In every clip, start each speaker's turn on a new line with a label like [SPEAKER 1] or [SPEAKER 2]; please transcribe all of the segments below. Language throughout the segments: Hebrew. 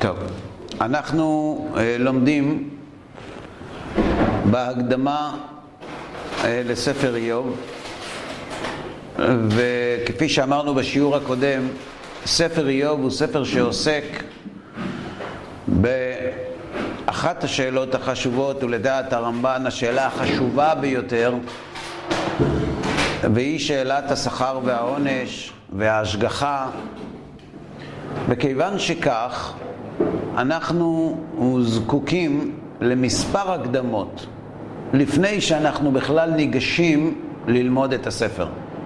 [SPEAKER 1] טוב, אנחנו לומדים בהקדמה לספר איוב, וכפי שאמרנו בשיעור הקודם, ספר איוב הוא ספר שעוסק באחת השאלות החשובות, ולדעת הרמב"ן השאלה החשובה ביותר, והיא שאלת השכר והעונש וההשגחה. וכיוון שכך, אנחנו זקוקים למספר הקדמות לפני שאנחנו בכלל ניגשים ללמוד את הספר.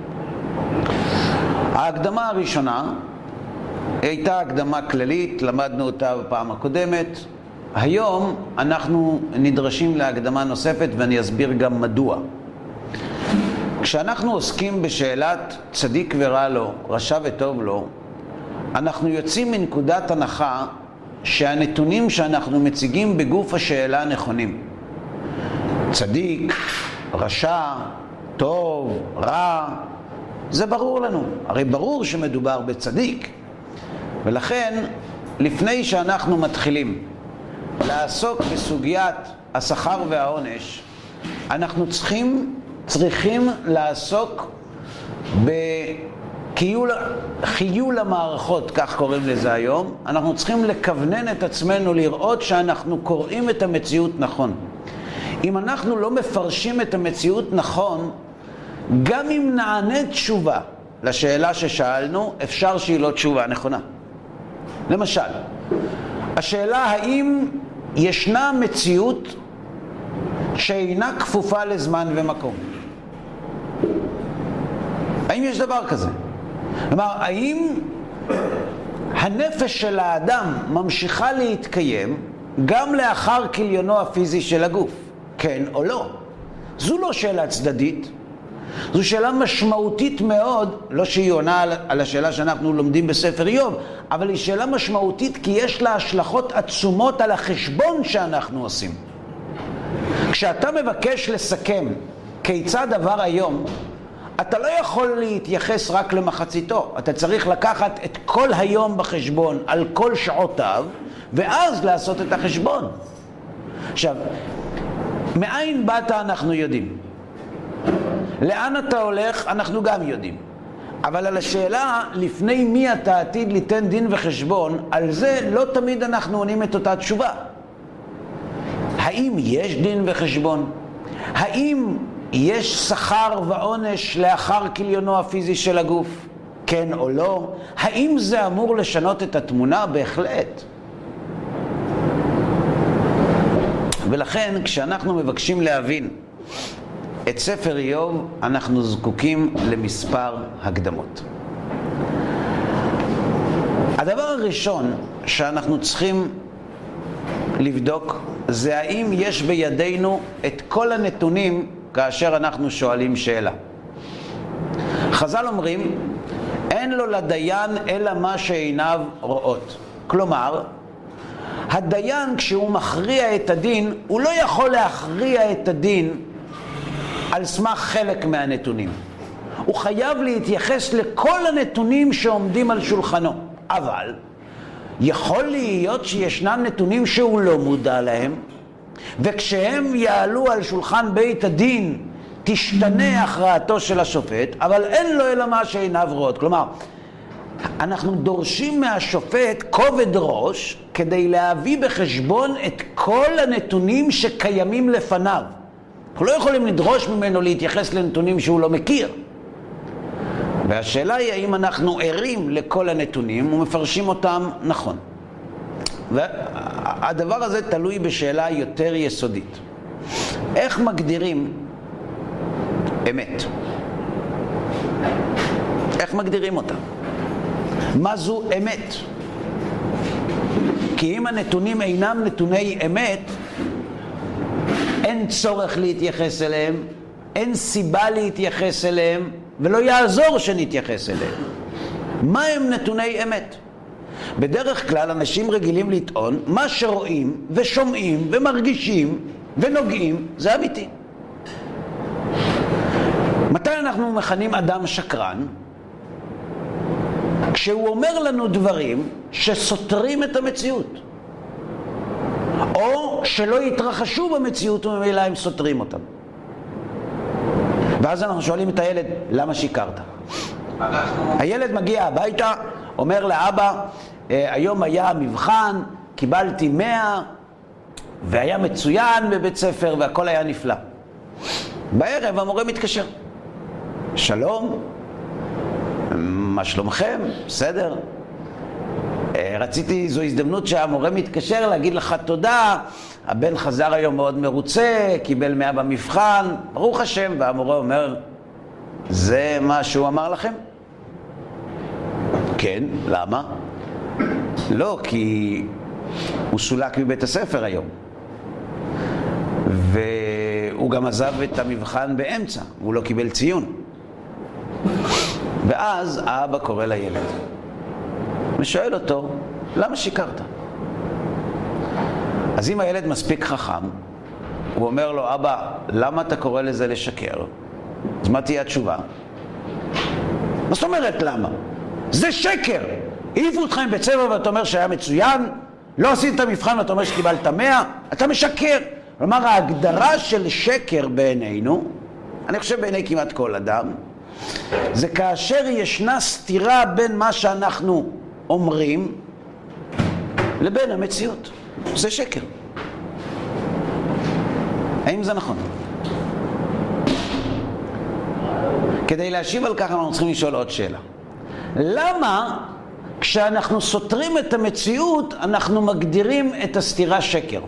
[SPEAKER 1] ההקדמה הראשונה הייתה הקדמה כללית, למדנו אותה בפעם הקודמת. היום אנחנו נדרשים להקדמה נוספת, ואני אסביר גם מדוע. כשאנחנו עוסקים בשאלת צדיק ורע לו, רשע וטוב לו, אנחנו יוצאים מנקודת הנחה שהנתונים שאנחנו מציגים בגוף השאלה נכונים. צדיק, רשע, טוב, רע, זה ברור לנו. הרי ברור שמדובר בצדיק. ולכן, לפני שאנחנו מתחילים לעסוק בסוגיית השכר והעונש, אנחנו צריכים לעסוק חיול המערכות, כך קוראים לזה היום. אנחנו צריכים לכוונן את עצמנו לראות שאנחנו קוראים את המציאות נכון. אם אנחנו לא מפרשים את המציאות נכון, גם אם נענה תשובה לשאלה ששאלנו, אפשר שהיא לא תשובה נכונה. למשל, השאלה האם ישנה מציאות שאינה כפופה לזמן ומקום. האם יש דבר כזה? כלומר, האם הנפש של האדם ממשיכה להתקיים גם לאחר כליונו הפיזי של הגוף? כן או לא? זו לא שאלה צדדית, זו שאלה משמעותית מאוד, לא שהיא עונה על השאלה שאנחנו לומדים בספר איוב, אבל היא שאלה משמעותית כי יש לה השלכות עצומות על החשבון שאנחנו עושים. כשאתה מבקש לסכם כיצד עבר היום, אתה לא יכול להתייחס רק למחציתו. אתה צריך לקחת את כל היום בחשבון על כל שעותיו, ואז לעשות את החשבון. עכשיו, מאין באת אנחנו יודעים. לאן אתה הולך אנחנו גם יודעים. אבל על השאלה לפני מי אתה עתיד ליתן דין וחשבון, על זה לא תמיד אנחנו עונים את אותה תשובה. האם יש דין וחשבון? האם יש שכר ועונש לאחר כליונו הפיזי של הגוף? כן או לא? האם זה אמור לשנות את התמונה? בהחלט. ולכן כשאנחנו מבקשים להבין את ספר איוב, אנחנו זקוקים למספר הקדמות. הדבר הראשון שאנחנו צריכים לבדוק זה האם יש בידינו את כל הנתונים כאשר אנחנו שואלים שאלה. חז"ל אומרים, אין לו לדיין אלא מה שעיניו רואות. כלומר, הדיין כשהוא מכריע את הדין, הוא לא יכול להכריע את הדין על סמך חלק מהנתונים. הוא חייב להתייחס לכל הנתונים שעומדים על שולחנו. אבל יכול להיות שישנם נתונים שהוא לא מודע להם, וכשהם יעלו על שולחן בית הדין תשתנה הכרעתו של השופט, אבל אין לו אלא מה שעיניו רואות. כלומר, אנחנו דורשים מהשופט כובד ראש כדי להביא בחשבון את כל הנתונים שקיימים לפניו. אנחנו לא יכולים לדרוש ממנו להתייחס לנתונים שהוא לא מכיר. והשאלה היא האם אנחנו ערים לכל הנתונים ומפרשים אותם נכון. והדבר הזה תלוי בשאלה יותר יסודית. איך מגדירים אמת? איך מגדירים אותה? מה זו אמת? כי אם הנתונים אינם נתוני אמת, אין צורך להתייחס אליהם, אין סיבה להתייחס אליהם, ולא יעזור שנתייחס אליהם. מה הם נתוני אמת? בדרך כלל אנשים רגילים לטעון, מה שרואים ושומעים ומרגישים ונוגעים, זה אמיתי. מתי אנחנו מכנים אדם שקרן? כשהוא אומר לנו דברים שסותרים את המציאות. או שלא יתרחשו במציאות וממילא הם סותרים אותם. ואז אנחנו שואלים את הילד, למה שיקרת? הילד מגיע הביתה, אומר לאבא, היום היה מבחן, קיבלתי 100, והיה מצוין בבית ספר, והכל היה נפלא. בערב המורה מתקשר. שלום, מה שלומכם? בסדר? רציתי, זו הזדמנות שהמורה מתקשר להגיד לך תודה, הבן חזר היום מאוד מרוצה, קיבל 100 במבחן, ברוך השם. והמורה אומר, זה מה שהוא אמר לכם? כן, למה? לא, כי הוא סולק מבית הספר היום. והוא גם עזב את המבחן באמצע, הוא לא קיבל ציון. ואז האבא קורא לילד ושואל אותו, למה שיקרת? אז אם הילד מספיק חכם, הוא אומר לו, אבא, למה אתה קורא לזה לשקר? אז מה תהיה התשובה? מה זאת אומרת למה? זה שקר! העיפו אותך עם בית ספר ואתה אומר שהיה מצוין, לא עשית את המבחן ואתה אומר שקיבלת 100, אתה משקר. כלומר, ההגדרה של שקר בעינינו, אני חושב בעיני כמעט כל אדם, זה כאשר ישנה סתירה בין מה שאנחנו אומרים לבין המציאות. זה שקר. האם זה נכון? כדי להשיב על כך אנחנו צריכים לשאול עוד שאלה. למה כשאנחנו סותרים את המציאות אנחנו מגדירים את הסתירה שקר?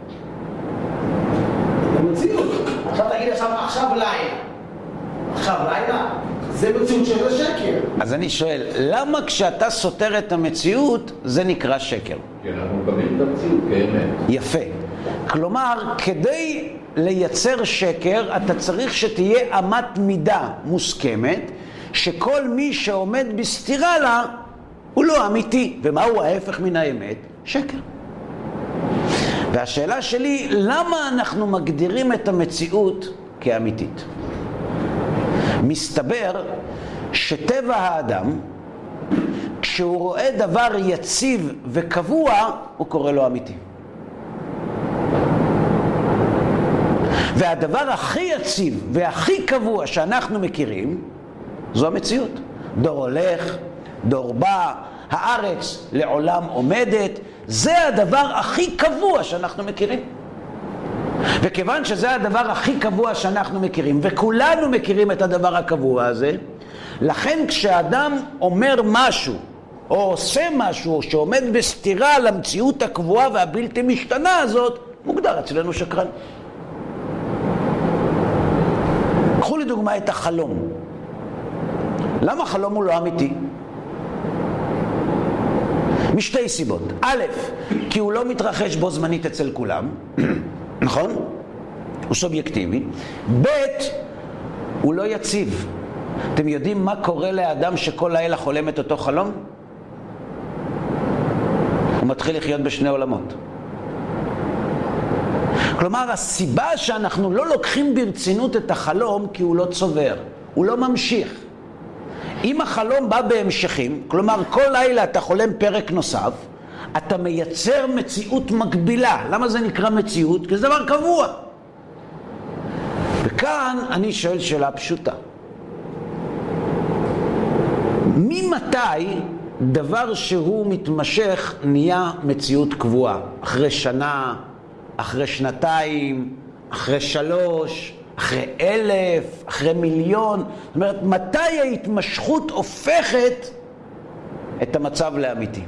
[SPEAKER 2] המציאות. עכשיו תגיד עכשיו לילה. עכשיו לילה? זה מציאות של שקר.
[SPEAKER 1] אז אני שואל, למה כשאתה סותר את המציאות זה נקרא שקר?
[SPEAKER 3] כי אנחנו מקבלים את המציאות כאמת.
[SPEAKER 1] יפה. כלומר, כדי לייצר שקר אתה צריך שתהיה אמת מידה מוסכמת שכל מי שעומד בסתירה לה הוא לא אמיתי. ומהו ההפך מן האמת? שקר. והשאלה שלי, למה אנחנו מגדירים את המציאות כאמיתית? מסתבר שטבע האדם, כשהוא רואה דבר יציב וקבוע, הוא קורא לו אמיתי. והדבר הכי יציב והכי קבוע שאנחנו מכירים, זו המציאות. דור הולך, דור בא, הארץ לעולם עומדת, זה הדבר הכי קבוע שאנחנו מכירים. וכיוון שזה הדבר הכי קבוע שאנחנו מכירים, וכולנו מכירים את הדבר הקבוע הזה, לכן כשאדם אומר משהו, או עושה משהו, או שעומד בסתירה למציאות הקבועה והבלתי משתנה הזאת, מוגדר אצלנו שקרן. קחו לדוגמה את החלום. למה חלום הוא לא אמיתי? משתי סיבות. א', כי הוא לא מתרחש בו זמנית אצל כולם, נכון? הוא סובייקטיבי. ב', הוא לא יציב. אתם יודעים מה קורה לאדם שכל לילה חולם את אותו חלום? הוא מתחיל לחיות בשני עולמות. כלומר, הסיבה שאנחנו לא לוקחים ברצינות את החלום כי הוא לא צובר, הוא לא ממשיך. אם החלום בא בהמשכים, כלומר כל לילה אתה חולם פרק נוסף, אתה מייצר מציאות מקבילה. למה זה נקרא מציאות? כי זה דבר קבוע. וכאן אני שואל שאלה פשוטה. ממתי דבר שהוא מתמשך נהיה מציאות קבועה? אחרי שנה, אחרי שנתיים, אחרי 3, אחרי 1,000, אחרי 1,000,000? זאת אומרת, מתי ההתמשכות הופכת את המצב לאמיתי?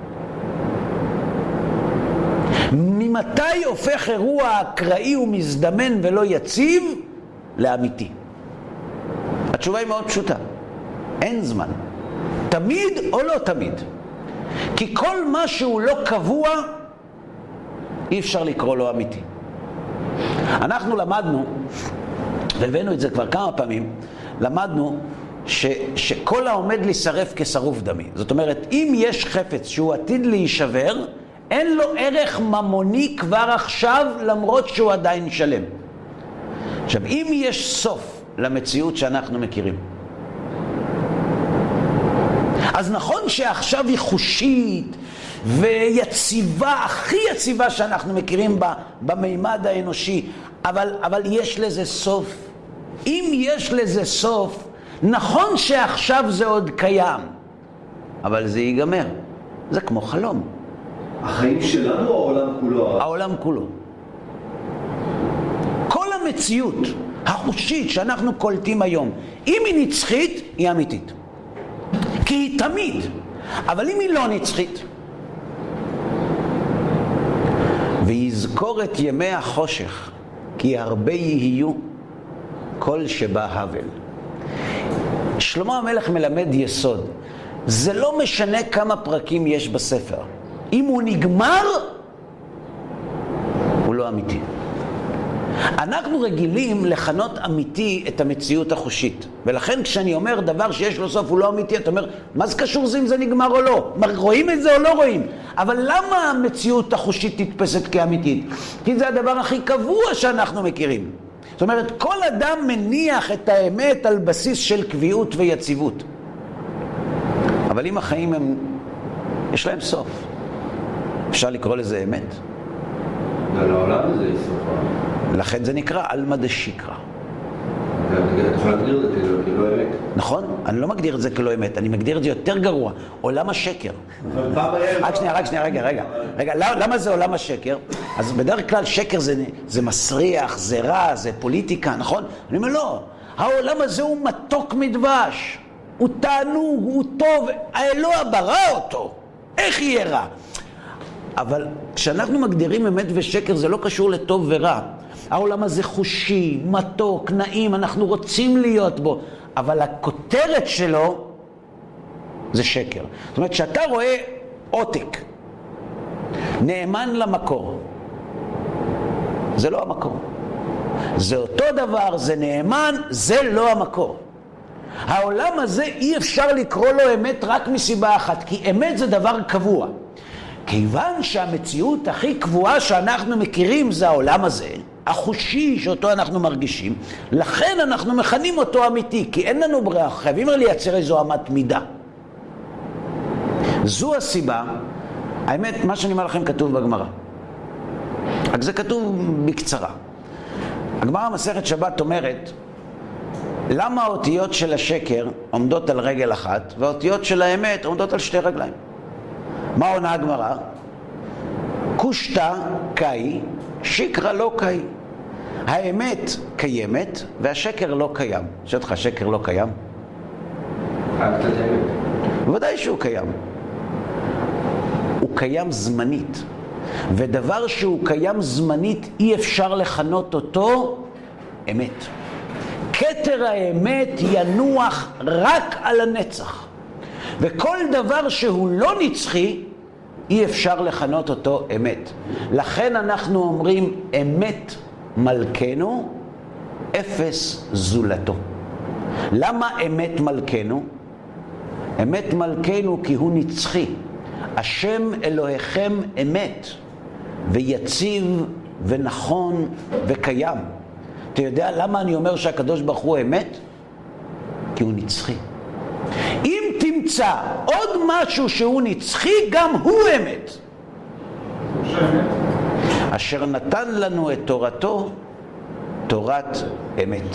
[SPEAKER 1] ממתי הופך אירוע אקראי ומזדמן ולא יציב לאמיתי? התשובה היא מאוד פשוטה. אין זמן. תמיד או לא תמיד. כי כל מה שהוא לא קבוע, אי אפשר לקרוא לו אמיתי. אנחנו למדנו, והבאנו את זה כבר כמה פעמים, למדנו שכל העומד להישרף כשרוף דמי. זאת אומרת, אם יש חפץ שהוא עתיד להישבר, אין לו ערך ממוני כבר עכשיו, למרות שהוא עדיין שלם. עכשיו, אם יש סוף למציאות שאנחנו מכירים, אז נכון שעכשיו היא חושית ויציבה, הכי יציבה שאנחנו מכירים במימד האנושי, אבל יש לזה סוף. אם יש לזה סוף, נכון שעכשיו זה עוד קיים, אבל זה ייגמר. זה כמו חלום.
[SPEAKER 4] החיים שלנו או העולם כולו?
[SPEAKER 1] העולם כולו. כל המציאות החושית שאנחנו קולטים היום, אם היא נצחית, היא אמיתית. כי היא תמיד. אבל אם היא לא נצחית, ויזכור את ימי החושך, כי הרבה יהיו כל שבא הבל. שלמה המלך מלמד יסוד. זה לא משנה כמה פרקים יש בספר. אם הוא נגמר, הוא לא אמיתי. אנחנו רגילים לכנות אמיתי את המציאות החושית. ולכן כשאני אומר דבר שיש לו סוף הוא לא אמיתי, אתה אומר, מה זה קשור זה אם זה נגמר או לא? רואים את זה או לא רואים? אבל למה המציאות החושית תתפסת כאמיתית? כי זה הדבר הכי קבוע שאנחנו מכירים. זאת אומרת, כל אדם מניח את האמת על בסיס של קביעות ויציבות. אבל אם החיים יש להם סוף, אפשר לקרוא לזה אמת.
[SPEAKER 4] לעולם הזה יש סוף.
[SPEAKER 1] לכן זה נקרא אלמא דשיקרא.
[SPEAKER 4] אתה יכול להגדיר את זה כלא אמת.
[SPEAKER 1] נכון? אני לא מגדיר את זה כלא אמת, אני מגדיר את זה יותר גרוע. עולם השקר. רק שנייה, רגע, למה זה עולם השקר? אז בדרך כלל שקר זה מסריח, זה רע, זה פוליטיקה, נכון? אני אומר לא, העולם הזה הוא מתוק מדבש. הוא תענוג, הוא טוב, האלוה ברא אותו. איך יהיה רע? אבל כשאנחנו מגדירים אמת ושקר זה לא קשור לטוב ורע. העולם הזה חושי, מתוק, נעים, אנחנו רוצים להיות בו, אבל הכותרת שלו זה שקר. זאת אומרת, שאתה רואה עותק, נאמן למקור, זה לא המקור. זה אותו דבר, זה נאמן, זה לא המקור. העולם הזה אי אפשר לקרוא לו אמת רק מסיבה אחת, כי אמת זה דבר קבוע. כיוון שהמציאות הכי קבועה שאנחנו מכירים זה העולם הזה, החושי שאותו אנחנו מרגישים, לכן אנחנו מכנים אותו אמיתי, כי אין לנו ברירה, חייבים לייצר איזו אמת מידה. זו הסיבה, האמת, מה שאני אומר לכם כתוב בגמרא. רק זה כתוב בקצרה. הגמרא מסכת שבת אומרת, למה האותיות של השקר עומדות על רגל אחת, והאותיות של האמת עומדות על שתי רגליים? מה עונה הגמרא? קושטה קאי, שיקרא לא קאי. האמת קיימת והשקר לא קיים. שואל אותך, השקר לא קיים? בוודאי שהוא קיים. הוא קיים זמנית. ודבר שהוא קיים זמנית אי אפשר לכנות אותו אמת. כתר האמת ינוח רק על הנצח. וכל דבר שהוא לא נצחי, אי אפשר לכנות אותו אמת. לכן אנחנו אומרים, אמת מלכנו, אפס זולתו. למה אמת מלכנו? אמת מלכנו כי הוא נצחי. השם אלוהיכם אמת, ויציב ונכון וקיים. אתה יודע למה אני אומר שהקדוש ברוך הוא אמת? כי הוא נצחי. אם תמצא עוד משהו שהוא נצחי, גם הוא אמת. אשר נתן לנו את תורתו, תורת אמת.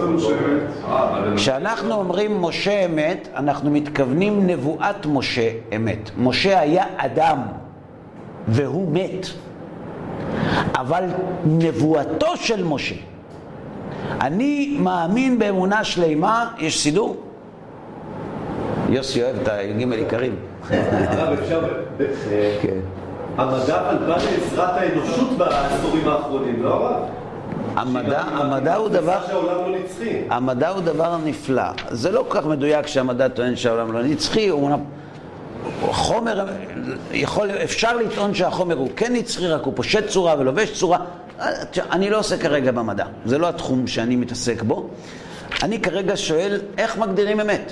[SPEAKER 1] כשאנחנו אומרים משה אמת, אנחנו מתכוונים נבואת משה אמת. משה היה אדם, והוא מת. אבל נבואתו של משה, אני מאמין באמונה שלמה, יש סידור? יוסי אוהב את הי"ג עיקרים.
[SPEAKER 4] הרב, אפשר... כן. המדע בא לעזרת האנושות בעשורים האחרונים, לא הרב?
[SPEAKER 1] המדע הוא דבר...
[SPEAKER 4] שהעולם לא נצחי.
[SPEAKER 1] המדע הוא דבר נפלא. זה לא כל כך מדויק שהמדע טוען שהעולם לא נצחי. חומר, אפשר לטעון שהחומר הוא כן נצחי, רק הוא פושט צורה ולובש צורה. אני לא עושה כרגע במדע. זה לא התחום שאני מתעסק בו. אני כרגע שואל איך מגדירים אמת.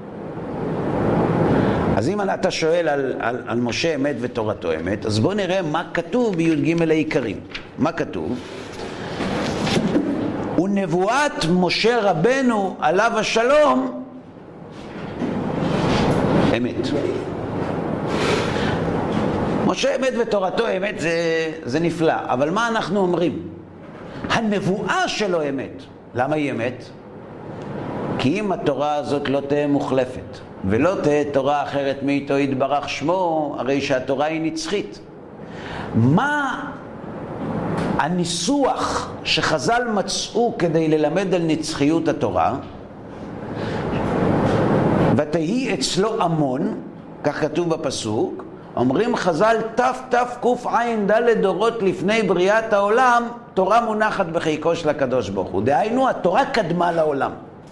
[SPEAKER 1] אז אם אתה שואל על משה אמת ותורתו אמת, אז בוא נראה מה כתוב בי"ג העיקרים. מה כתוב? ונבואת משה רבנו עליו השלום אמת. משה אמת ותורתו אמת, זה נפלא. אבל מה אנחנו אומרים? הנבואה שלו אמת. למה היא אמת? כי אם התורה הזאת לא תהיה מוחלפת, ולא תהיה תורה אחרת מאיתו יתברך שמו, הרי שהתורה היא נצחית. מה הניסוח שחז"ל מצאו כדי ללמד על נצחיות התורה? ותהי אצלו המון, כך כתוב בפסוק, אומרים חז"ל תקע"ד דורות לפני בריאת העולם, תורה מונחת בחיקו של הקדוש ברוך הוא. דהיינו, התורה קדמה לעולם.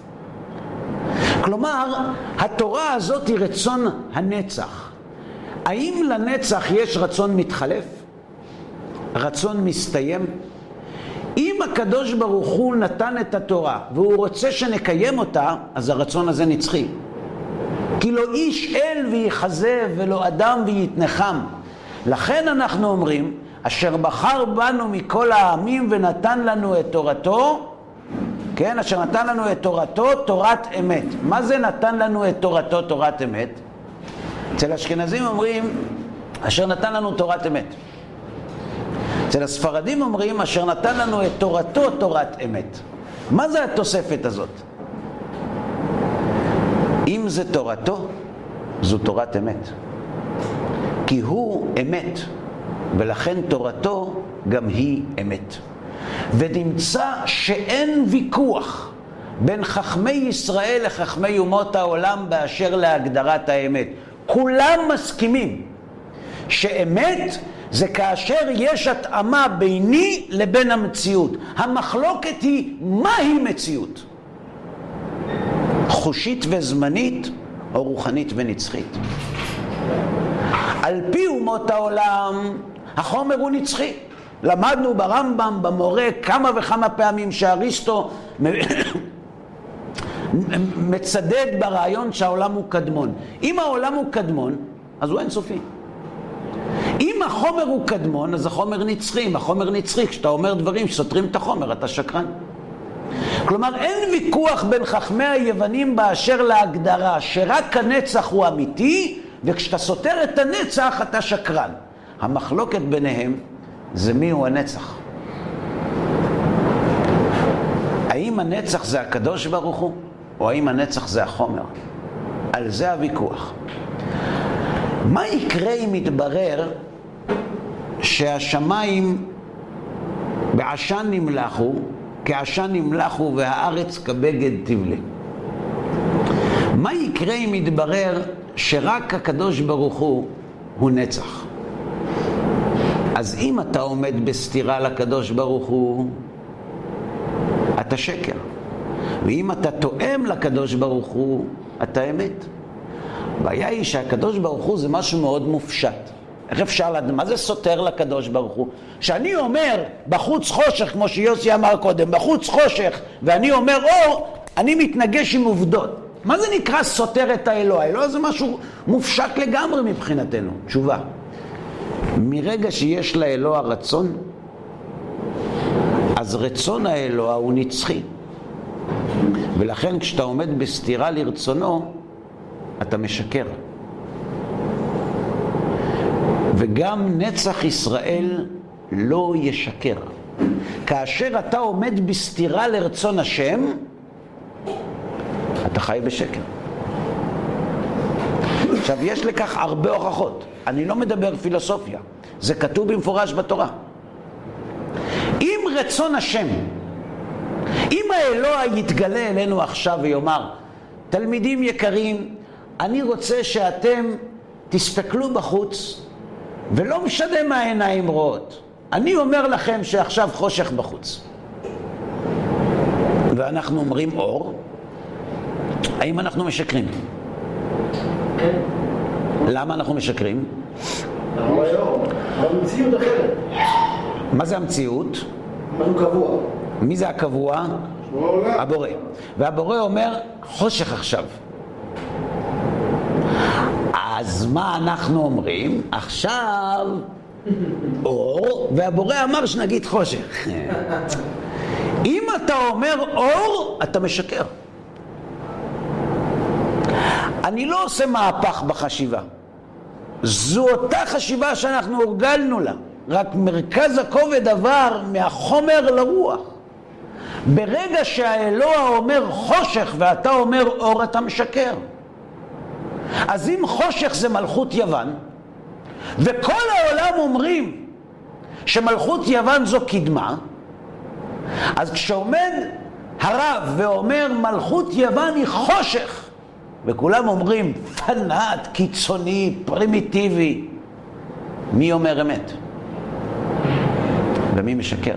[SPEAKER 1] כלומר, התורה הזאת היא רצון הנצח. האם לנצח יש רצון מתחלף? רצון מסתיים? אם הקדוש ברוך הוא נתן את התורה והוא רוצה שנקיים אותה, אז הרצון הזה נצחי. כי לא איש אל ויחזה ולא אדם ויתנחם. לכן אנחנו אומרים, אשר בחר בנו מכל העמים ונתן לנו את תורתו, כן, אשר נתן לנו את תורתו, תורת אמת. מה זה נתן לנו את תורתו, תורת אמת? אצל אשכנזים אומרים, אשר נתן לנו תורת אמת. אצל הספרדים אומרים, אשר נתן לנו את תורתו, תורת אמת. מה זה התוספת הזאת? אם זה תורתו, זו תורת אמת. כי הוא אמת, ולכן תורתו גם היא אמת. ונמצא שאין ויכוח בין חכמי ישראל לחכמי אומות העולם באשר להגדרת האמת. כולם מסכימים שאמת זה כאשר יש התאמה ביני לבין המציאות. המחלוקת היא מהי מציאות? חושית וזמנית או רוחנית ונצחית? על פי אומות העולם החומר הוא נצחי. למדנו ברמב"ם, במורה, כמה וכמה פעמים שאריסטו מצדד ברעיון שהעולם הוא קדמון. אם העולם הוא קדמון, אז הוא אינסופי. אם החומר הוא קדמון, אז החומר נצחי. אם החומר נצחי, כשאתה אומר דברים שסותרים את החומר, אתה שקרן. כלומר, אין ויכוח בין חכמי היוונים באשר להגדרה שרק הנצח הוא אמיתי, וכשאתה סותר את הנצח אתה שקרן. המחלוקת ביניהם זה מי הוא הנצח. האם הנצח זה הקדוש ברוך הוא, או האם הנצח זה החומר? על זה הוויכוח. מה יקרה אם יתברר שהשמיים בעשן נמלחו, כעשן נמלחו והארץ כבגד תבלה? מה יקרה אם יתברר שרק הקדוש ברוך הוא נצח? אז אם אתה עומד בסתירה לקדוש ברוך הוא, אתה שקר. ואם אתה תואם לקדוש ברוך הוא, אתה אמת. הבעיה היא שהקדוש ברוך הוא זה משהו מאוד מופשט. איך אפשר לדעת? מה זה סותר לקדוש ברוך הוא? שאני אומר בחוץ חושך, כמו שיוסי אמר קודם, בחוץ חושך, ואני אומר אור, אני מתנגש עם עובדות. מה זה נקרא סותר את האלוה? האלוה זה משהו מופשט לגמרי מבחינתנו. תשובה. מרגע שיש לאלוה רצון, אז רצון האלוה הוא נצחי. ולכן כשאתה עומד בסתירה לרצונו, אתה משקר. וגם נצח ישראל לא ישקר. כאשר אתה עומד בסתירה לרצון השם, אתה חי בשקר. עכשיו, יש לכך הרבה הוכחות. אני לא מדבר פילוסופיה. זה כתוב במפורש בתורה. אם רצון השם, אם האלוה יתגלה אלינו עכשיו ויאמר, תלמידים יקרים, אני רוצה שאתם תסתכלו בחוץ, ולא משנה מה העיניים רואות. אני אומר לכם שעכשיו חושך בחוץ. ואנחנו אומרים אור, האם אנחנו משקרים? למה אנחנו משקרים?
[SPEAKER 2] המציאות אחרת.
[SPEAKER 1] מה זה המציאות?
[SPEAKER 2] משהו קבוע.
[SPEAKER 1] מי זה הקבוע? הבורא. והבורא אומר חושך עכשיו. אז מה אנחנו אומרים? עכשיו אור, והבורא אמר שנגיד חושך. אם אתה אומר אור, אתה משקר. אני לא עושה מהפך בחשיבה. זו אותה חשיבה שאנחנו הורגלנו לה, רק מרכז הכובד עבר מהחומר לרוח. ברגע שהאלוה אומר חושך ואתה אומר אור, אתה משקר. אז אם חושך זה מלכות יוון, וכל העולם אומרים שמלכות יוון זו קדמה, אז כשעומד הרב ואומר מלכות יוון היא חושך, וכולם אומרים פנאט, קיצוני, פרימיטיבי, מי אומר אמת? ומי משקר?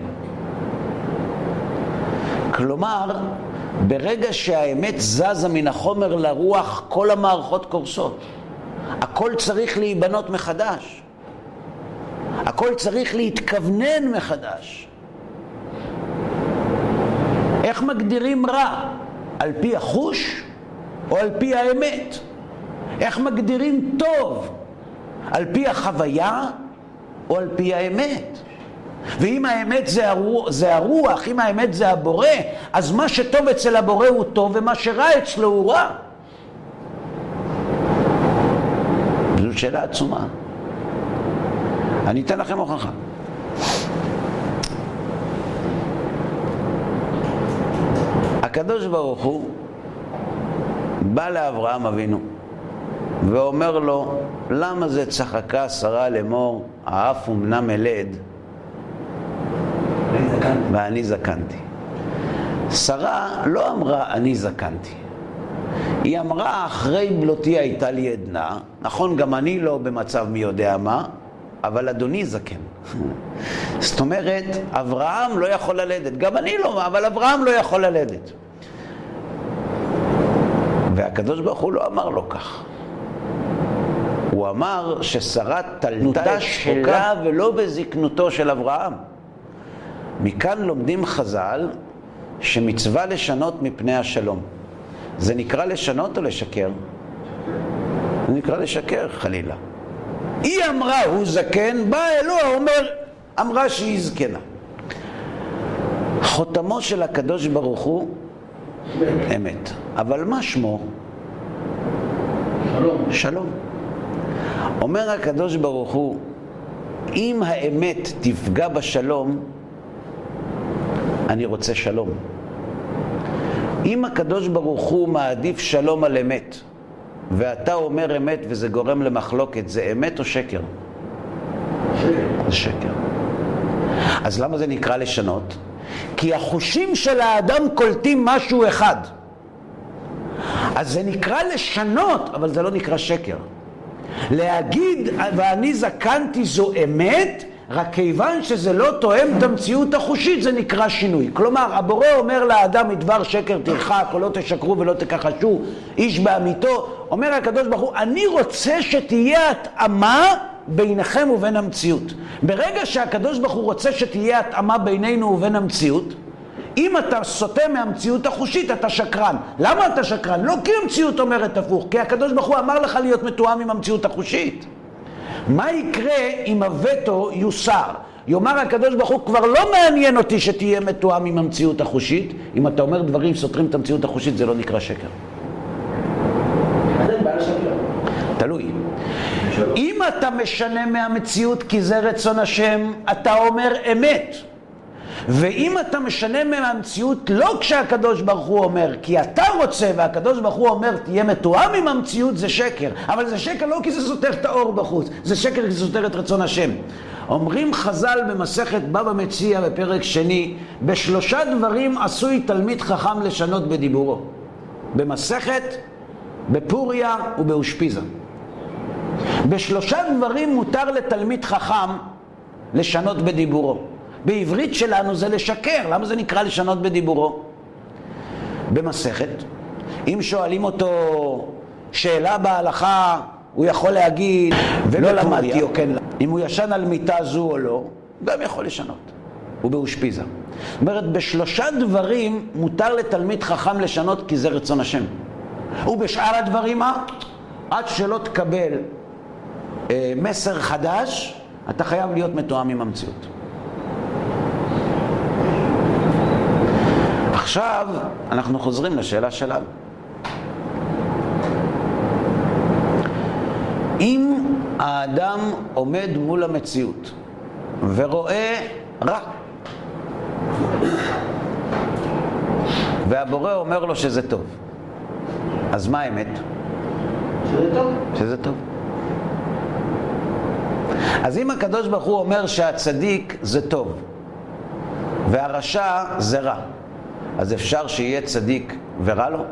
[SPEAKER 1] כלומר, ברגע שהאמת זזה מן החומר לרוח, כל המערכות קורסות. הכל צריך להיבנות מחדש. הכל צריך להתכוונן מחדש. איך מגדירים רע? על פי החוש או על פי האמת? איך מגדירים טוב? על פי החוויה או על פי האמת? ואם האמת זה הרוח, אם האמת זה הבורא, אז מה שטוב אצל הבורא הוא טוב ומה שרע אצלו הוא רע. זו שאלה עצומה. אני אתן לכם הוכחה. הקדוש ברוך הוא בא לאברהם אבינו ואומר לו, למה זה צחקה שרה לאמור, האף אמנם ילד ואני זקנתי? שרה לא אמרה אני זקנתי, היא אמרה אחרי בלותי הייתה לי עדנה. נכון, גם אני לא במצב מי יודע מה, אבל אדוני זקן. זאת אומרת, אברהם לא יכול ללדת, גם אני לא, אבל אברהם לא יכול ללדת. והקדוש ברוך הוא לא אמר לו כך. הוא אמר ששרה תלתה שלה ולא בזקנותו של אברהם. מכאן לומדים חז"ל שמצווה לשנות מפני השלום. זה נקרא לשנות או לשקר? זה נקרא לשקר, חלילה. היא אמרה הוא זקן, בא אלוה אומר, אמרה שהיא זקנה. חותמו של הקדוש ברוך הוא אמת. אבל מה שמו?
[SPEAKER 2] שלום.
[SPEAKER 1] שלום. אומר הקדוש ברוך הוא, אם האמת תפגע בשלום, אני רוצה שלום. אם הקדוש ברוך הוא מעדיף שלום על אמת, ואתה אומר אמת וזה גורם למחלוקת, זה אמת או שקר? זה שקר. אז למה זה נקרא לשנות? כי החושים של האדם קולטים משהו אחד. אז זה נקרא לשנות, אבל זה לא נקרא שקר. להגיד ואני זקנתי זו אמת, רק כיוון שזה לא תואם את המציאות החושית, זה נקרא שינוי. כלומר, הבורא אומר לאדם מדבר שקר תרחק, או לא תשקרו ולא תכחשו, איש באמיתו. אומר הקדוש ברוך הוא, אני רוצה שתהיה התאמה ביניכם ובין המציאות. ברגע שהקדוש ברוך הוא רוצה שתהיה התאמה בינינו ובין המציאות, אם אתה סוטה מהמציאות החושית, אתה שקרן. למה אתה שקרן? לא כי המציאות אומרת הפוך, כי הקדוש ברוך הוא אמר לך להיות מתואם עם המציאות החושית. מה יקרה אם הווטו יוסר? יאמר הקדוש ברוך הוא, כבר לא מעניין אותי שתהיה מתואם עם המציאות החושית. אם אתה אומר דברים סותרים את המציאות החושית, זה לא נקרא שקר. תלוי. אם אתה משנה מהמציאות כי זה רצון השם, אתה אומר אמת. ואם אתה משנה מהמציאות לא כשהקדוש ברוך הוא אומר, כי אתה רוצה והקדוש ברוך הוא אומר תהיה מתואם עם המציאות, זה שקר. אבל זה שקר לא כי זה סותר את האור בחוץ, זה שקר כי זה סותר את רצון השם. אומרים חז"ל במסכת בבא מציעא בפרק שני, בשלושה דברים עשוי תלמיד חכם לשנות בדיבורו. במסכת, בפוריה ובאושפיזה. בשלושה דברים מותר לתלמיד חכם לשנות בדיבורו. בעברית שלנו זה לשקר. למה זה נקרא לשנות בדיבורו? במסכת, אם שואלים אותו שאלה בהלכה, הוא יכול להגיד ולא למדתי או כן. אם הוא ישן על מיטה זו או לא, גם יכול לשנות. ובאושפיזה. זאת אומרת, בשלושה דברים מותר לתלמיד חכם לשנות כי זה רצון השם. ובשאר הדברים, עד שלא תקבל מסר חדש, אתה חייב להיות מתואם עם המציאות. עכשיו אנחנו חוזרים לשאלה שלנו. אם האדם עומד מול המציאות ורואה רע, והבורא אומר לו שזה טוב, אז מה האמת?
[SPEAKER 2] שזה טוב.
[SPEAKER 1] שזה טוב. אז אם הקדוש ברוך הוא אומר שהצדיק זה טוב והרשע זה רע, אז אפשר שיהיה צדיק ורע לו?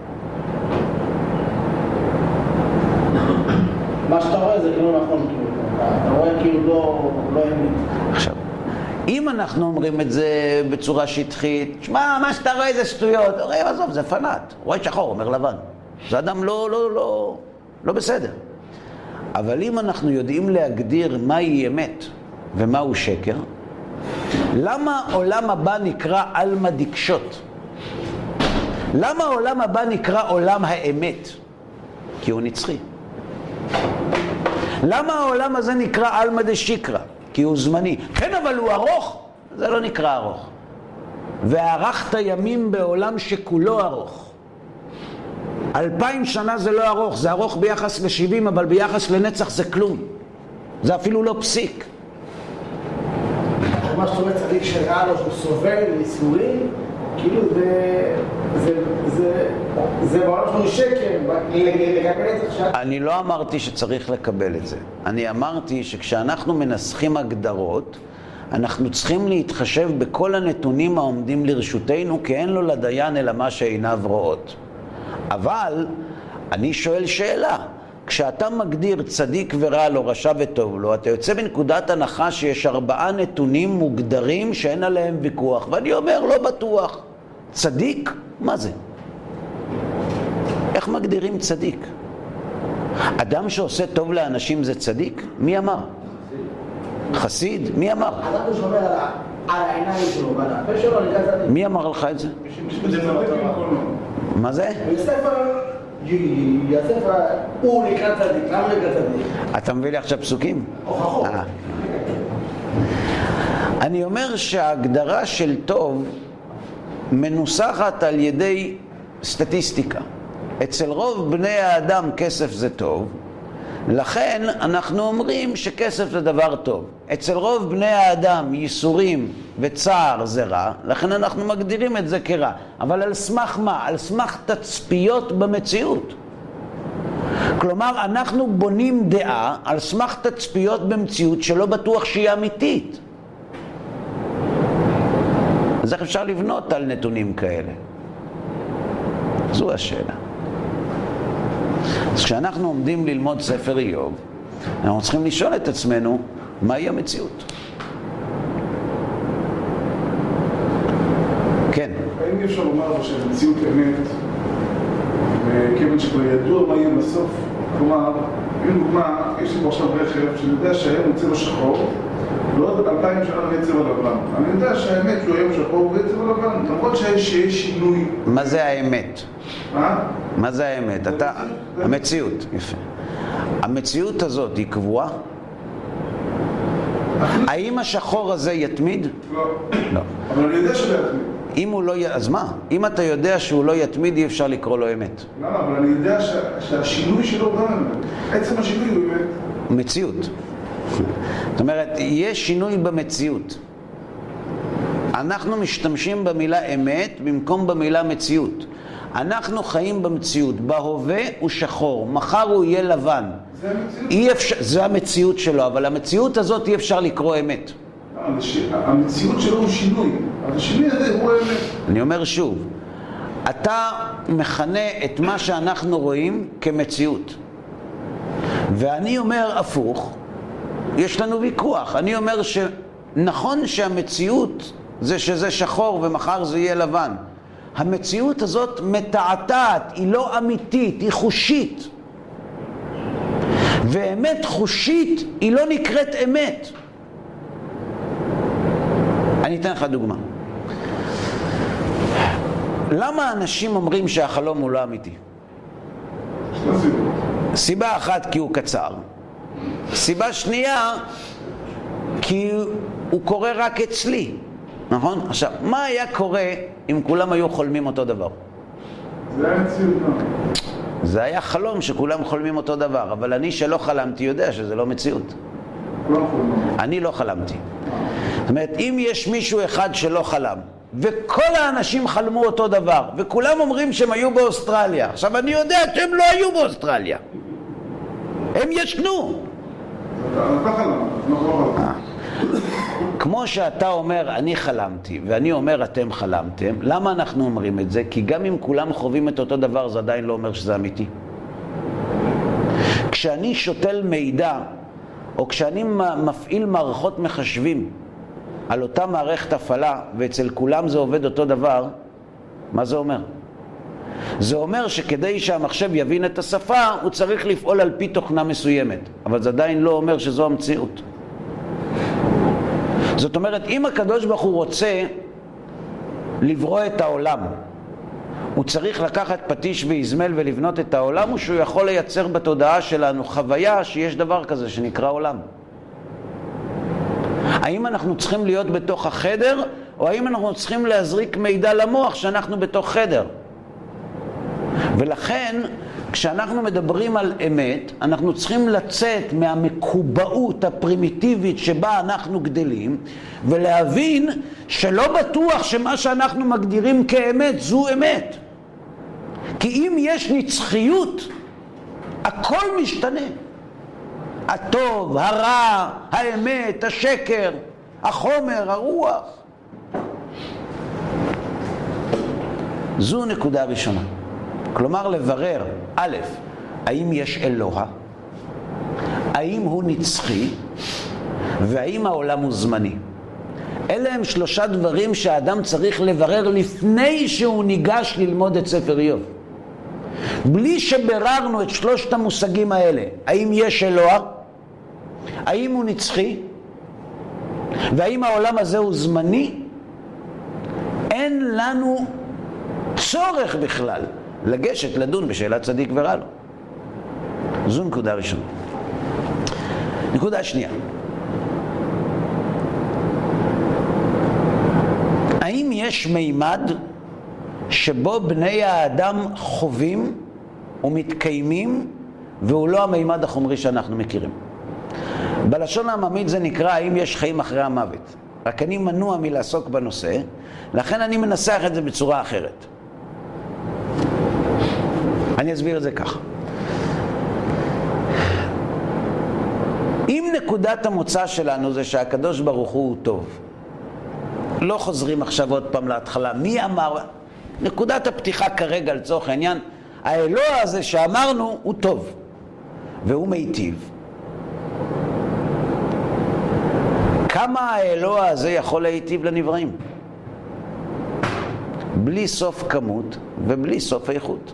[SPEAKER 2] מה שאתה רואה זה כאילו נכון, אתה רואה כאילו לא אמת.
[SPEAKER 1] עכשיו, אם אנחנו אומרים את זה בצורה שטחית, שמע, מה שאתה רואה זה שטויות, הרי עזוב, זה פנאט, רואה שחור, אומר לבן, זה אדם לא בסדר. אבל אם אנחנו יודעים להגדיר מהי אמת ומהו שקר, למה עולם הבא נקרא אלמה דקשות? למה עולם הבא נקרא עולם האמת? כי הוא נצחי. למה העולם הזה נקרא אלמה דשיקרא? כי הוא זמני. כן, אבל הוא ארוך. זה לא נקרא ארוך. והארכת ימים בעולם שכולו ארוך. 2000 שנה זה לא ארוך, זה ארוך ביחס ל70, אבל ביחס לנצח זה כלום. זה אפילו לא פסיק.
[SPEAKER 2] מה שאתה אומר, צדיק שראה לו שהוא סובל מסורים, כאילו זה בעולם שלנו שקר, לקבל את זה עכשיו.
[SPEAKER 1] אני לא אמרתי שצריך לקבל את זה. אני אמרתי שכשאנחנו מנסחים הגדרות, אנחנו צריכים להתחשב בכל הנתונים העומדים לרשותנו, כי אין לו לדיין אלא מה שעיניו רואות. אבל אני שואל שאלה, כשאתה מגדיר צדיק ורע לו, רשע וטוב לו, אתה יוצא בנקודת הנחה שיש 4 נתונים מוגדרים שאין עליהם ויכוח, ואני אומר לא בטוח. צדיק? מה זה? איך מגדירים צדיק? אדם שעושה טוב לאנשים זה צדיק? מי אמר? חסיד? מי אמר?
[SPEAKER 2] אדם שומר על העיניים שלו, על הפה שלו, נקרא צדיק.
[SPEAKER 1] מי אמר לך את זה? מה זה?
[SPEAKER 2] יוסף, הוא נקרא צדיק, למה נקרא צדיק?
[SPEAKER 1] אתה מביא לי עכשיו פסוקים?
[SPEAKER 2] הוכחות.
[SPEAKER 1] אני אומר שההגדרה של טוב מנוסחת על ידי סטטיסטיקה. אצל רוב בני האדם כסף זה טוב, לכן אנחנו אומרים שכסף זה דבר טוב. אצל רוב בני האדם ייסורים וצער זה רע, לכן אנחנו מגדירים את זה כרע. אבל על סמך מה? על סמך תצפיות במציאות. כלומר, אנחנו בונים דעה על סמך תצפיות במציאות שלא בטוח שהיא אמיתית. אז איך אפשר לבנות על נתונים כאלה? זו השאלה. אז כשאנחנו עומדים ללמוד ספר איוב, אנחנו צריכים לשאול את עצמנו, מהי המציאות? כן.
[SPEAKER 5] האם אפשר לומר שהמציאות אמת, וכיוון שכבר ידוע מה יהיה בסוף? כלומר, אם דוגמה, יש לי פה עכשיו רכב שאני יודע שהיום הוא צבע שחור, ועוד 2000 שנה יהיה צבע לבן. אני יודע שהאמת שהוא היום שחור ויהיה צבע לבן, למרות שיש שינוי.
[SPEAKER 1] מה זה האמת?
[SPEAKER 5] מה?
[SPEAKER 1] מה זה האמת? המציאות, יפה. המציאות הזאת היא קבועה? האם השחור הזה יתמיד?
[SPEAKER 5] לא.
[SPEAKER 1] לא.
[SPEAKER 5] אבל אני יודע שלא יתמיד.
[SPEAKER 1] אם הוא לא, אז מה? אם אתה יודע שהוא לא יתמיד, אי אפשר לקרוא לו אמת.
[SPEAKER 5] למה? אבל אני יודע שהשינוי שלו גם אמת. עצם השינוי הוא אמת.
[SPEAKER 1] מציאות. זאת אומרת, יש שינוי במציאות. אנחנו משתמשים במילה אמת במקום במילה מציאות. אנחנו חיים במציאות. בהווה הוא שחור, מחר הוא יהיה לבן.
[SPEAKER 5] זה המציאות.
[SPEAKER 1] אי אפשר, זה המציאות שלו, אבל המציאות הזאת אי אפשר לקרוא אמת.
[SPEAKER 5] המציאות שלו הוא שינוי. אבל השינוי הזה הוא האמת.
[SPEAKER 1] אני אומר שוב, אתה מכנה את מה שאנחנו רואים כמציאות. ואני אומר הפוך, יש לנו ויכוח. אני אומר שנכון שהמציאות זה שזה שחור ומחר זה יהיה לבן. המציאות הזאת מתעתעת, היא לא אמיתית, היא חושית. ואמת חושית היא לא נקראת אמת. אני אתן לך דוגמה. למה אנשים אומרים שהחלום הוא לא אמיתי? סיבה אחת, כי הוא קצר. סיבה שנייה, כי הוא קורה רק אצלי. נכון? עכשיו, מה היה קורה אם כולם היו חולמים אותו דבר?
[SPEAKER 5] זה המציאות.
[SPEAKER 1] זה היה חלום שכולם חולמים אותו דבר, אבל אני שלא חלמתי יודע שזה לא מציאות.
[SPEAKER 5] כולם חולמים.
[SPEAKER 1] אני לא חלמתי. זאת אומרת, אם יש מישהו אחד שלא חלם, וכל האנשים חלמו אותו דבר, וכולם אומרים שהם היו באוסטרליה, עכשיו אני יודע שהם לא היו באוסטרליה. הם ישנו.
[SPEAKER 5] אתה חלם, אנחנו לא חלם.
[SPEAKER 1] כמו שאתה אומר, אני חלמתי, ואני אומר, אתם חלמתם, למה אנחנו אומרים את זה? כי גם אם כולם חווים את אותו דבר, זה עדיין לא אומר שזה אמיתי. כשאני שותל מידע, או כשאני מפעיל מערכות מחשבים על אותה מערכת הפעלה, ואצל כולם זה עובד אותו דבר, מה זה אומר? זה אומר שכדי שהמחשב יבין את השפה, הוא צריך לפעול על פי תוכנה מסוימת, אבל זה עדיין לא אומר שזו המציאות. זאת אומרת, אם הקדוש ברוך הוא רוצה לברוא את העולם, הוא צריך לקחת פטיש ויזמל ולבנות את העולם, או שהוא יכול לייצר בתודעה שלנו חוויה שיש דבר כזה שנקרא עולם? האם אנחנו צריכים להיות בתוך החדר, או האם אנחנו צריכים להזריק מידע למוח שאנחנו בתוך חדר? ולכן, כשאנחנו מדברים על אמת, אנחנו צריכים לצאת מהמקובעות הפרימיטיבית שבה אנחנו גדלים, ולהבין שלא בטוח שמה שאנחנו מגדירים כאמת זו אמת. כי אם יש נצחיות, הכל משתנה. הטוב, הרע, האמת, השקר, החומר, הרוח. זו נקודה ראשונה. כלומר, לברר, א', האם יש אלוה, האם הוא נצחי, והאם העולם הוא זמני. אלה הם שלושה דברים שהאדם צריך לברר לפני שהוא ניגש ללמוד את ספר איוב. בלי שבררנו את שלושת המושגים האלה, האם יש אלוה, האם הוא נצחי, והאם העולם הזה הוא זמני, אין לנו צורך בכלל לגשת לדון בשאלת צדיק ורע לו. זו נקודה ראשונה. נקודה שנייה. האם יש מימד שבו בני האדם חווים ומתקיימים, והוא לא המימד החומרי שאנחנו מכירים? בלשון העממית זה נקרא האם יש חיים אחרי המוות. רק אני מנוע מלעסוק בנושא, לכן אני מנסח את זה בצורה אחרת. אני אסביר את זה ככה. אם נקודת המוצא שלנו זה שהקדוש ברוך הוא טוב, לא חוזרים עכשיו עוד פעם להתחלה, מי אמר? נקודת הפתיחה כרגע לצורך העניין, האלוה הזה שאמרנו הוא טוב, והוא מיטיב. כמה האלוה הזה יכול להיטיב לנבראים? בלי סוף כמות ובלי סוף איכות.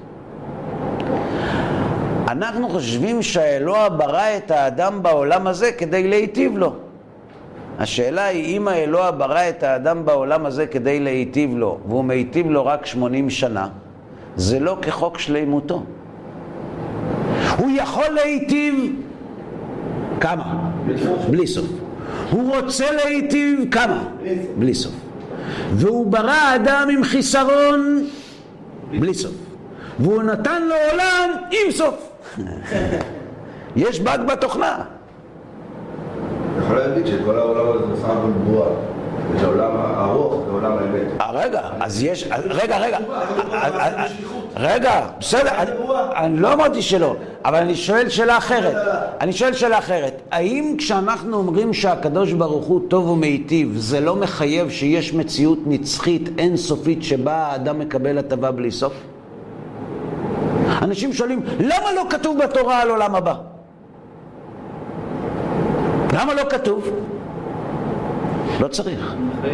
[SPEAKER 1] אנחנו חושבים שהאלוה ברא את האדם בעולם הזה כדי להיטיב לו. השאלה היא, אם האלוה ברא את האדם בעולם הזה כדי להיטיב לו, והוא מיטיב לו רק 80 שנה, זה לא כחוק שלמותו. הוא יכול להיטיב כמה? בלי סוף. הוא רוצה להיטיב כמה? בלי סוף. והוא ברא אדם עם חיסרון בלי סוף. והוא נתן לו עולם עם סוף. יש באג בתוכנה.
[SPEAKER 6] יכול להגיד שכל העולם הזה בסך הכל בועה. זה עולם ארוך, זה עולם האמת.
[SPEAKER 1] רגע, אז יש... רגע, בסדר, אני לא אמרתי שלא, אבל אני שואל שאלה אחרת. האם כשאנחנו אומרים שהקדוש ברוך הוא טוב ומיטיב, זה לא מחייב שיש מציאות נצחית אינסופית שבה האדם מקבל הטבה בלי סוף? אנשים שואלים, למה לא כתוב בתורה על עולם הבא? למה לא כתוב? לא צריך.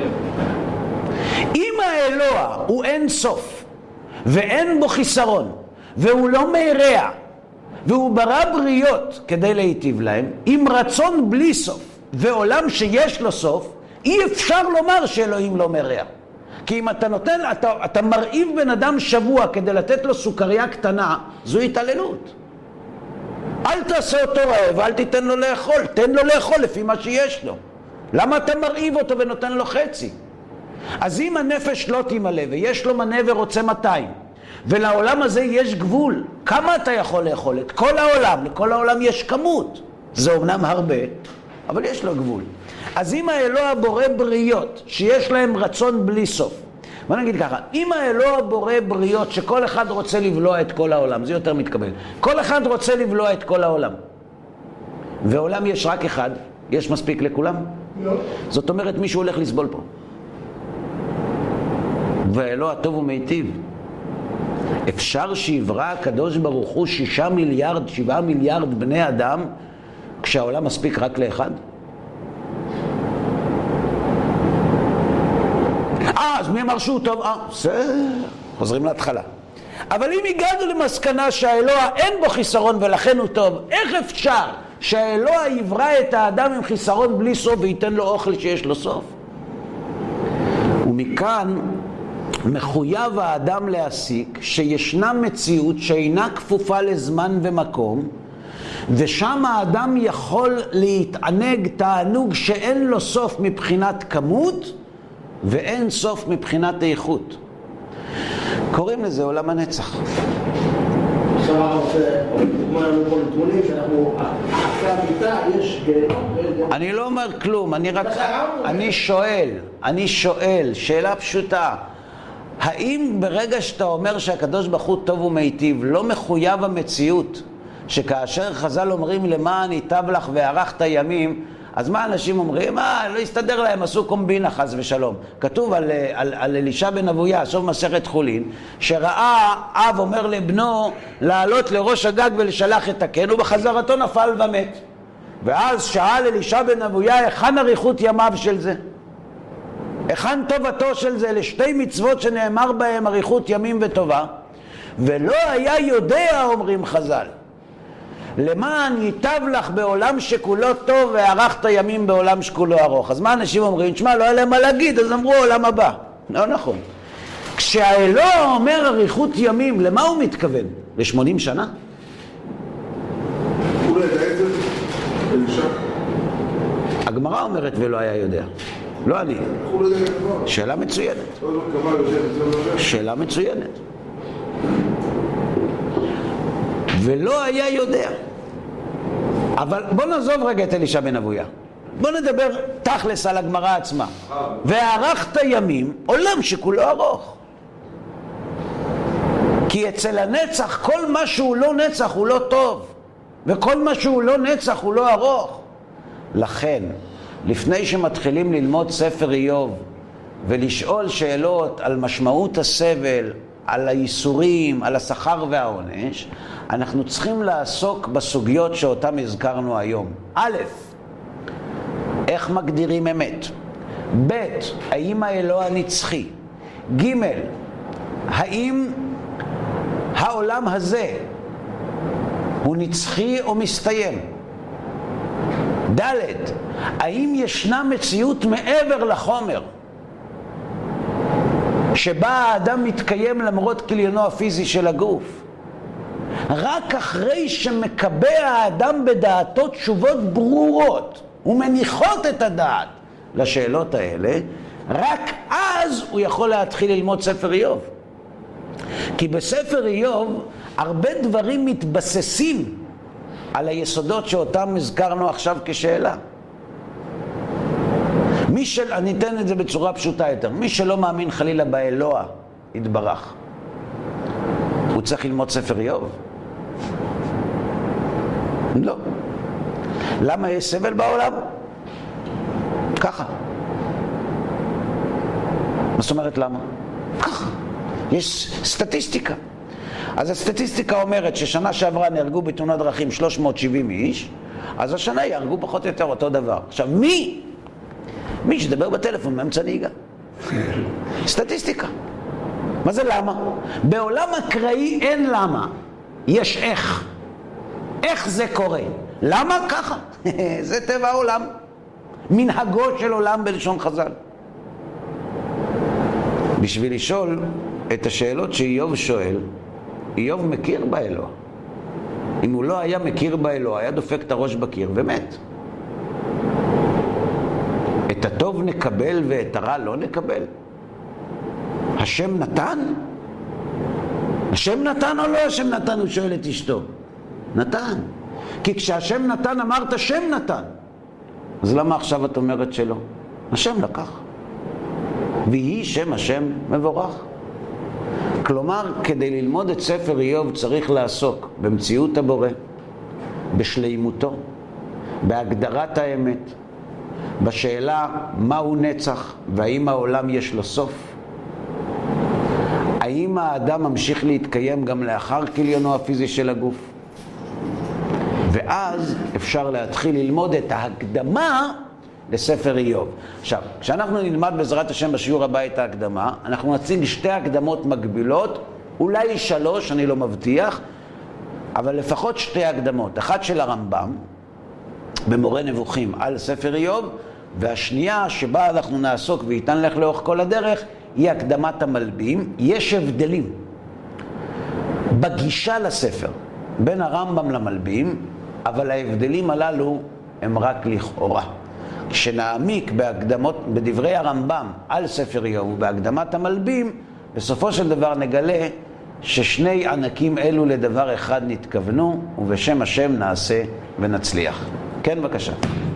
[SPEAKER 1] אם האלוה הוא אין סוף ואין בו חיסרון והוא לא מרע והוא ברא בריות כדי להיטיב להם עם רצון בלי סוף ועולם שיש לו סוף, אי אפשר לומר שאלוהים לא מרע. כי אם אתה נותן, אתה מרעיב בן אדם שבוע כדי לתת לו סוכריה קטנה, זו התעללות. אל תעשה אותו רעב, אל תיתן לו לאכול, תן לו לאכול לפי מה שיש לו. למה אתה מרעיב אותו ונותן לו חצי? אז אם הנפש לא תמלא ויש לו מנה ורוצה 200, ולעולם הזה יש גבול. כמה אתה יכול לאכול? את כל העולם. לכל העולם יש כמות. זה אומנם הרבה, אבל יש לו גבול. אז אם האלוה בורא בריות שיש להם רצון בלי סוף, בוא נגיד ככה, אם האלוה בורא בריות שכל אחד רוצה לבלוע את כל העולם, זה יותר מתקבל. כל אחד רוצה לבלוע את כל העולם. ועולם יש רק אחד, יש מספיק לכולם? לא. זאת אומרת, מישהו הולך לסבול פה. והאלוה טוב ומיטיב. אפשר שיברא הקדוש ברוך הוא 6 מיליארד, 7 מיליארד בני אדם, כשהעולם מספיק רק לאחד? אז מי אמר שהוא טוב? חוזרים להתחלה. אבל אם הגענו למסקנה שהאלוה אין בו חיסרון ולכן הוא טוב, איך אפשר שהאלוה יברא את האדם עם חיסרון בלי סוף וייתן לו אוכל שיש לו סוף? ומכאן מחויב האדם להסיק שישנה מציאות שאינה כפופה לזמן ומקום, ושם האדם יכול להתענג תענוג שאין לו סוף מבחינת כמות ואין סוף מבחינת איכות. קוראים לזה עולם הנצח.
[SPEAKER 2] עכשיו אני רוצה, דוגמה לנו פה נתונים שאנחנו, אחרי המיטה יש גיהנום.
[SPEAKER 1] אני לא אומר כלום, אני שואל, שאלה פשוטה. האם ברגע שאתה אומר שהקדוש ברוך הוא טוב ומיטיב, לא מחויב המציאות שכאשר חז"ל אומרים למען ייטב לך והארכת ימים, אז מה אנשים אומרים? לא יסתדר להם, עשו קומבינה חס ושלום. כתוב על אלישע בן אבויה, סוף מסכת חולין, שראה אב אומר לבנו לעלות לראש הגג ולשלח את הקן, ובחזרתו נפל ומת. ואז שאל אלישע בן אבויה, היכן אריכות ימיו של זה? היכן טובתו של זה? לשתי מצוות שנאמר בהם אריכות ימים וטובה, ולא היה יודע, אומרים חז"ל, למען ייטב לך בעולם שכולו טוב והארכת ימים בעולם שכולו ארוך. אז מה אנשים אומרים? תשמע, לא היה להם מה להגיד, אז אמרו עולם הבא. לא נכון. כשהאלוה אומר אריכות ימים, למה הוא מתכוון? ל-80 שנה?
[SPEAKER 5] הוא לא ידע את זה, אלישע.
[SPEAKER 1] הגמרא אומרת ולא היה יודע. לא אני.
[SPEAKER 5] הוא לא ידע את זה.
[SPEAKER 1] שאלה מצוינת. שאלה מצוינת. ולא היה יודע. אבל בוא נעזוב רגע את אלישע בן אבויה. בוא נדבר תכלס על הגמרא עצמה. והארכת ימים, עולם שכולו ארוך. כי אצל הנצח, כל מה שהוא לא נצח הוא לא טוב. וכל מה שהוא לא נצח הוא לא ארוך. לכן, לפני שמתחילים ללמוד ספר איוב, ולשאול שאלות על משמעות הסבל, על הייסורים, על השכר והעונש, אנחנו צריכים לעסוק בסוגיות שאותם הזכרנו היום. א', איך מגדירים אמת? ב', האם האלוה נצחי? ג', האם העולם הזה הוא נצחי או מסתיים? ד', האם ישנה מציאות מעבר לחומר שבה האדם מתקיים למרות כליונו הפיזי של הגוף? רק אחרי שמקבע האדם בדעתו תשובות ברורות ומניחות את הדעת לשאלות האלה, רק אז הוא יכול להתחיל ללמוד ספר איוב. כי בספר איוב הרבה דברים מתבססים על היסודות שאותם הזכרנו עכשיו כשאלה. אני אתן את זה בצורה פשוטה יותר. מי שלא מאמין חלילה באלוה יתברך, הוא צריך ללמוד ספר איוב? לא. למה יש סבל בעולם? ככה. מה זאת אומרת למה? ככה. יש סטטיסטיקה. אז הסטטיסטיקה אומרת ששנה שעברה נהרגו בתאונת דרכים 370 איש, אז השנה יהרגו פחות או יותר אותו דבר. עכשיו, מי שדבר בטלפון באמצע נהיגה. סטטיסטיקה. מה זה למה? בעולם אקראי אין למה. יש איך. איך זה קורה? למה? ככה. זה טבע העולם. מנהגו של עולם בלשון חז"ל. בשביל לשאול את השאלות שאיוב שואל, איוב מכיר באלוה. אם הוא לא היה מכיר באלוה, היה דופק את הראש בקיר ומת. את הטוב נקבל ואת הרע לא נקבל. השם נתן השם נתן או לא השם נתן? הוא שואל את אשתו. נתן. כי כשהשם נתן אמרת השם נתן. אז למה עכשיו את אומרת שלא? השם לקח. ויהי שם השם מבורך. כלומר, כדי ללמוד את ספר איוב צריך לעסוק במציאות הבורא, בשלימותו, בהגדרת האמת, בשאלה מהו נצח והאם העולם יש לו סוף. האם האדם ממשיך להתקיים גם לאחר כליונו הפיזי של הגוף? ואז אפשר להתחיל ללמוד את ההקדמה לספר איוב. עכשיו, כשאנחנו נלמד בעזרת השם בשיעור הבא את ההקדמה, אנחנו נציג שתי הקדמות מקבילות, אולי 3, אני לא מבטיח, אבל לפחות שתי הקדמות. אחת של הרמב"ם, במורה נבוכים על ספר איוב, והשנייה שבה אנחנו נעסוק ואיתן לך לאורך כל הדרך, היא הקדמת המלבים. יש הבדלים בגישה לספר בין הרמב"ם למלבים, אבל ההבדלים הללו הם רק לכאורה. כשנעמיק בדברי הרמב"ם על ספר איוב ובהקדמת המלבים, בסופו של דבר נגלה ששני ענקים אלו לדבר אחד נתכוונו, ובשם השם נעשה ונצליח. כן, בבקשה.